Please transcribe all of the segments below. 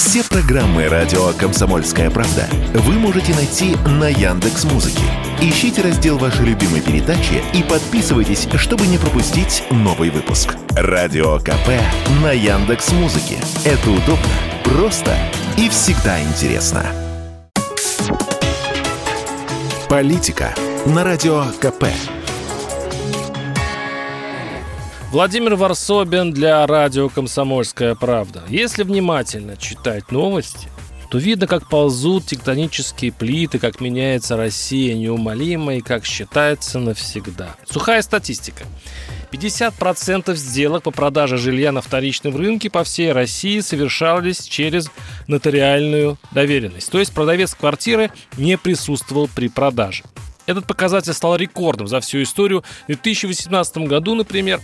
Все программы радио «Комсомольская правда» вы можете найти на Яндекс.Музыке. Ищите раздел вашей любимой передачи и подписывайтесь, чтобы не пропустить новый выпуск. Радио КП на Яндекс.Музыке. Это удобно, просто и всегда интересно. Политика на радио КП. Владимир Варсобин для радио «Комсомольская правда». Если внимательно читать новости, то видно, как ползут тектонические плиты, как меняется Россия неумолимо и как считается навсегда. Сухая статистика. 50% сделок по продаже жилья на вторичном рынке по всей России совершались через нотариальную доверенность. То есть продавец квартиры не присутствовал при продаже. Этот показатель стал рекордным за всю историю. В 2018 году, например,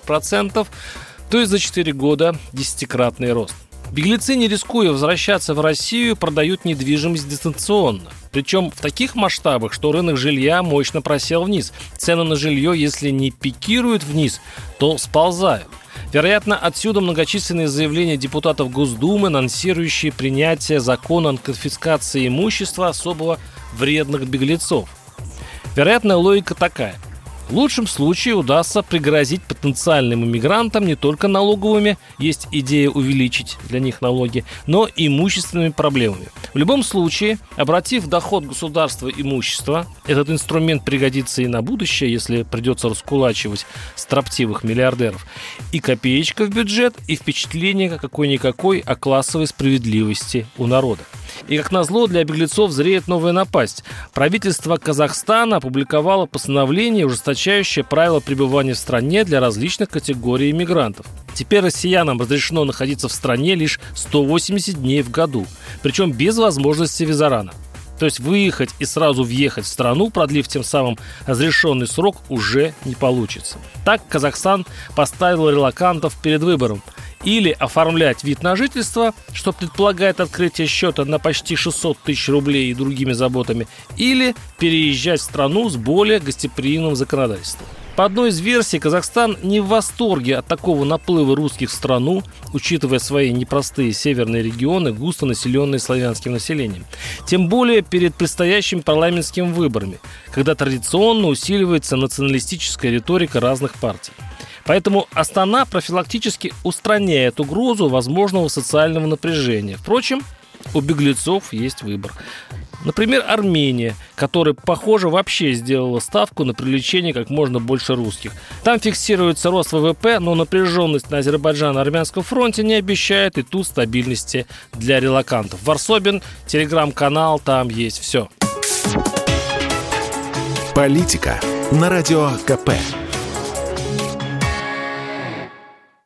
5%, то есть за 4 года 10-кратный рост. Беглецы, не рискуя возвращаться в Россию, продают недвижимость дистанционно. Причем в таких масштабах, что рынок жилья мощно просел вниз. Цены на жилье, если не пикируют вниз, то сползают. Вероятно, отсюда многочисленные заявления депутатов Госдумы, анонсирующие принятие закона о конфискации имущества особо вредных беглецов. Вероятная логика такая. В лучшем случае удастся пригрозить потенциальным иммигрантам не только налоговыми, есть идея увеличить для них налоги, но и имущественными проблемами. В любом случае, обратив доход государства имущества, этот инструмент пригодится и на будущее, если придется раскулачивать строптивых миллиардеров, и копеечка в бюджет, и впечатление какой-никакой о классовой справедливости у народа. И, как назло, для беглецов зреет новая напасть. Правительство Казахстана опубликовало постановление, ужесточающее правила пребывания в стране для различных категорий иммигрантов. Теперь россиянам разрешено находиться в стране лишь 180 дней в году, причем без возможности визарана. То есть выехать и сразу въехать в страну, продлив тем самым разрешенный срок, уже не получится. Так Казахстан поставил релокантов перед выбором: или оформлять вид на жительство, что предполагает открытие счета на почти 600 тысяч рублей и другими заботами, или переезжать в страну с более гостеприимным законодательством. По одной из версий, Казахстан не в восторге от такого наплыва русских в страну, учитывая свои непростые северные регионы, густонаселенные славянским населением. Тем более перед предстоящими парламентскими выборами, когда традиционно усиливается националистическая риторика разных партий. Поэтому Астана профилактически устраняет угрозу возможного социального напряжения. Впрочем, у беглецов есть выбор. Например, Армения, которая, похоже, вообще сделала ставку на привлечение как можно больше русских. Там фиксируется рост ВВП, но напряженность на Азербайджано-Армянском фронте не обещает и тут стабильности для релокантов. Варсобин, телеграм-канал, там есть все. Политика на радио КП.